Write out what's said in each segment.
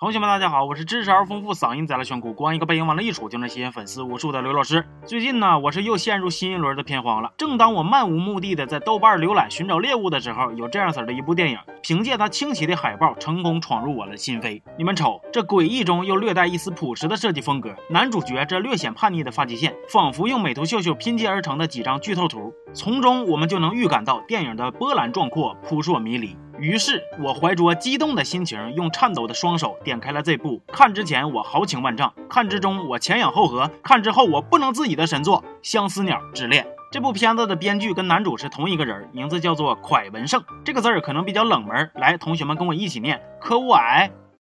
同学们大家好，我是知识而丰富，嗓音宰了炫酷，光一个背影往那一杵就能吸引粉丝无数的刘老师。最近呢，我是又陷入新一轮的片荒了。正当我漫无目的的在豆瓣浏览寻找猎物的时候，有这样式的一部电影，凭借它清奇的海报成功闯入我的心扉。你们瞅，这诡异中又略带一丝朴实的设计风格，男主角这略显叛逆的发际线，仿佛用美图秀秀拼接而成的几张剧透图，从中我们就能预感到电影的波澜壮阔、扑朔迷离。于是我怀着激动的心情，用颤抖的双手点开了这部看之前我豪情万丈，看之中我前仰后合，看之后我不能自已的神作《相思鸟之恋》。这部片子的编剧跟男主是同一个人，名字叫做蒯文胜。这个字儿可能比较冷门，来，同学们跟我一起念：科乌矮。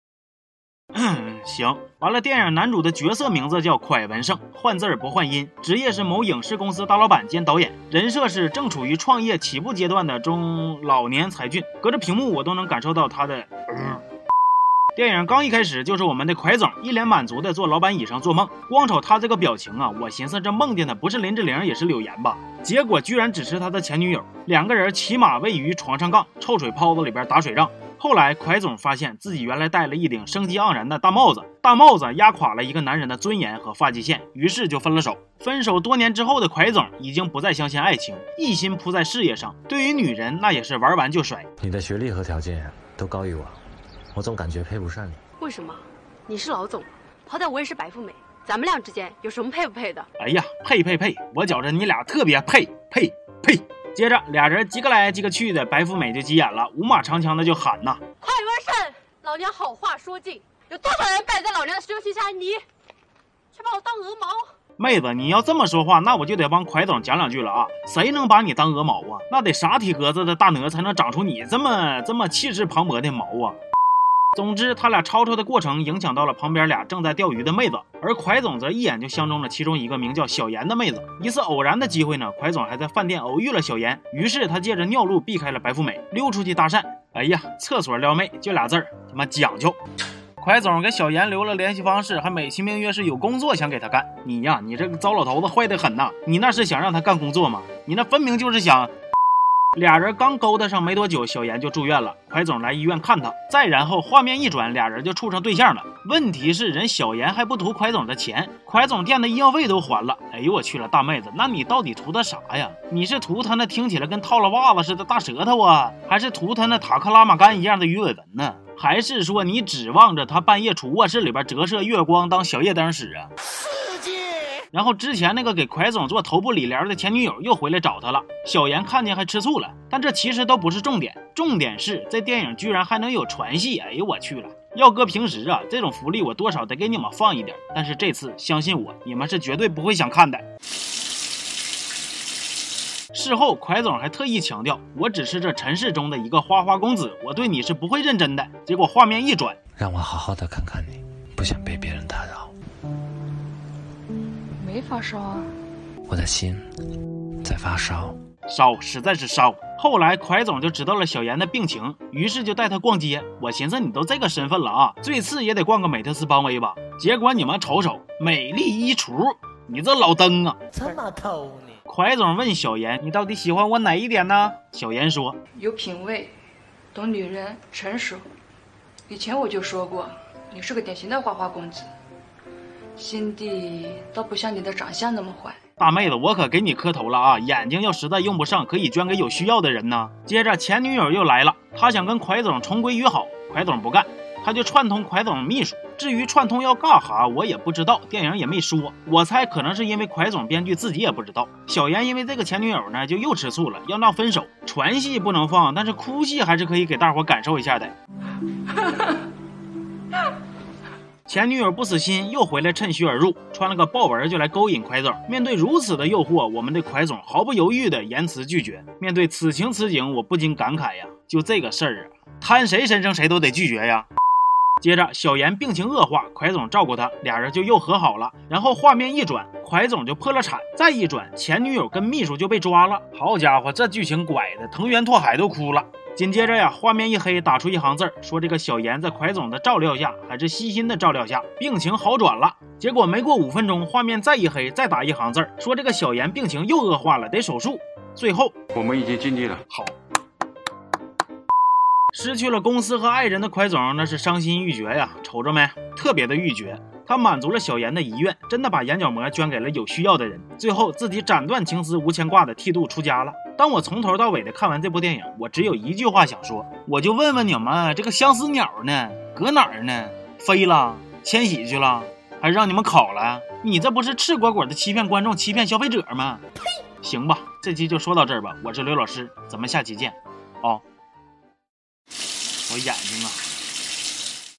行，完了，电影男主的角色名字叫蒯文胜，换字不换音，职业是某影视公司大老板兼导演，人设是正处于创业起步阶段的中老年才俊，隔着屏幕我都能感受到他的电影刚一开始就是我们的蒯总一脸满足的坐老板椅上做梦，光瞅他这个表情啊，我寻思这梦见的不是林志玲也是柳岩吧，结果居然只是他的前女友，两个人骑马位于床上杠，臭水泡子里边打水仗。后来蒯总发现自己原来戴了一顶生机盎然的大帽子，大帽子压垮了一个男人的尊严和发际线，于是就分了手。分手多年之后的蒯总已经不再相信爱情，一心扑在事业上，对于女人那也是玩完就甩。 你的学历和条件都高于我总感觉配不上你。 为什么？你是老总，好歹我也是白富美，咱们俩之间有什么配不配的？ 哎呀，配，我觉着你俩特别配。接着俩人几个来几个去的，白富美就急眼了，五马长枪的就喊呐： 蒯文胜，老娘好话说尽，有多少人败在老娘的蛇形下，你却把我当鹅毛？ 妹子，你要这么说话，那我就得帮蒯总讲两句了啊！谁能把你当鹅毛啊？那得啥体格子的大鹅才能长出你这么气势磅礴的毛啊？总之，他俩吵吵的过程影响到了旁边俩正在钓鱼的妹子，而蒯总则一眼就相中了其中一个名叫小妍的妹子。一次偶然的机会呢，蒯总还在饭店偶遇了小妍，于是他借着尿路避开了白富美，溜出去搭讪。哎呀，厕所撩妹就俩字儿，他妈讲究。蒯总给小妍留了联系方式，还美其名曰是有工作想给他干。你呀，你这个糟老头子坏得很呐！你那是想让他干工作吗？你那分明就是想……俩人刚勾搭上没多久，小妍就住院了，蒯总来医院看他，再然后画面一转，俩人就处成对象了。问题是人小妍还不图蒯总的钱，蒯总店的医药费都还了。哎呦我去了，大妹子，那你到底图他啥呀？你是图他那听起来跟套了袜子似的大舌头啊，还是图他那塔克拉玛干一样的鱼尾纹呢？还是说你指望着他半夜杵卧室里边折射月光当小夜灯使啊？然后之前那个给蒯总做头部理疗的前女友又回来找他了，小妍看见还吃醋了，但这其实都不是重点，重点是这电影居然还能有传戏。哎呦我去了，要搁平时啊，这种福利我多少得给你们放一点，但是这次相信我，你们是绝对不会想看的。事后蒯总还特意强调，我只是这尘世中的一个花花公子，我对你是不会认真的。结果画面一转， 让我好好的看看你，不想被别人打扰。 没发烧啊， 我的心在发烧， 实在是烧。后来蒯总就知道了小妍的病情，于是就带她逛街。我寻思你都这个身份了啊，最次也得逛个美特斯邦威吧。结果你们瞅瞅，美丽衣橱，你这老登啊， 这么偷呢？ 蒯总问小妍，你到底喜欢我哪一点呢？小妍说， 有品味，懂女人，成熟。以前我就说过，你是个典型的花花公子，心地倒不像你的长相那么坏。 大妹子，我可给你磕头了啊！眼睛要实在用不上，可以捐给有需要的人呢。接着前女友又来了，她想跟蒯总重归于好，蒯总不干，他就串通蒯总秘书。至于串通要干哈，我也不知道，电影也没说。我猜可能是因为蒯总编剧自己也不知道。小妍因为这个前女友呢，就又吃醋了，要闹分手。传戏不能放，但是哭戏还是可以给大伙感受一下的。前女友不死心，又回来趁虚而入，穿了个豹纹就来勾引蒯总。面对如此的诱惑，我们的蒯总毫不犹豫的言辞拒绝。面对此情此景，我不禁感慨呀，就这个事儿啊，摊谁身上谁都得拒绝呀。接着小妍病情恶化，蒯总照顾她，俩人就又和好了。然后画面一转，蒯总就破了产，再一转，前女友跟秘书就被抓了。好家伙，这剧情拐的藤原拓海都哭了。紧接着呀，画面一黑，打出一行字，说这个小妍在蒯总的照料下，还是悉心的照料下，病情好转了。结果没过5分钟，画面再一黑，再打一行字，说这个小妍病情又恶化了，得手术。最后我们已经尽力了。 好。 失去了公司和爱人的蒯总那是伤心欲绝呀，瞅着没，特别的欲绝。他满足了小严的遗愿，真的把眼角膜捐给了有需要的人，最后自己斩断情丝无牵挂的剃度出家了。当我从头到尾的看完这部电影，我只有一句话想说，我就问问你们，这个相思鸟呢，搁哪儿呢？飞了？迁徙去了？还是让你们烤了？你这不是赤果果的欺骗观众、欺骗消费者吗？行吧，这期就说到这儿吧。我是刘老师，咱们下期见。哦，我眼睛啊。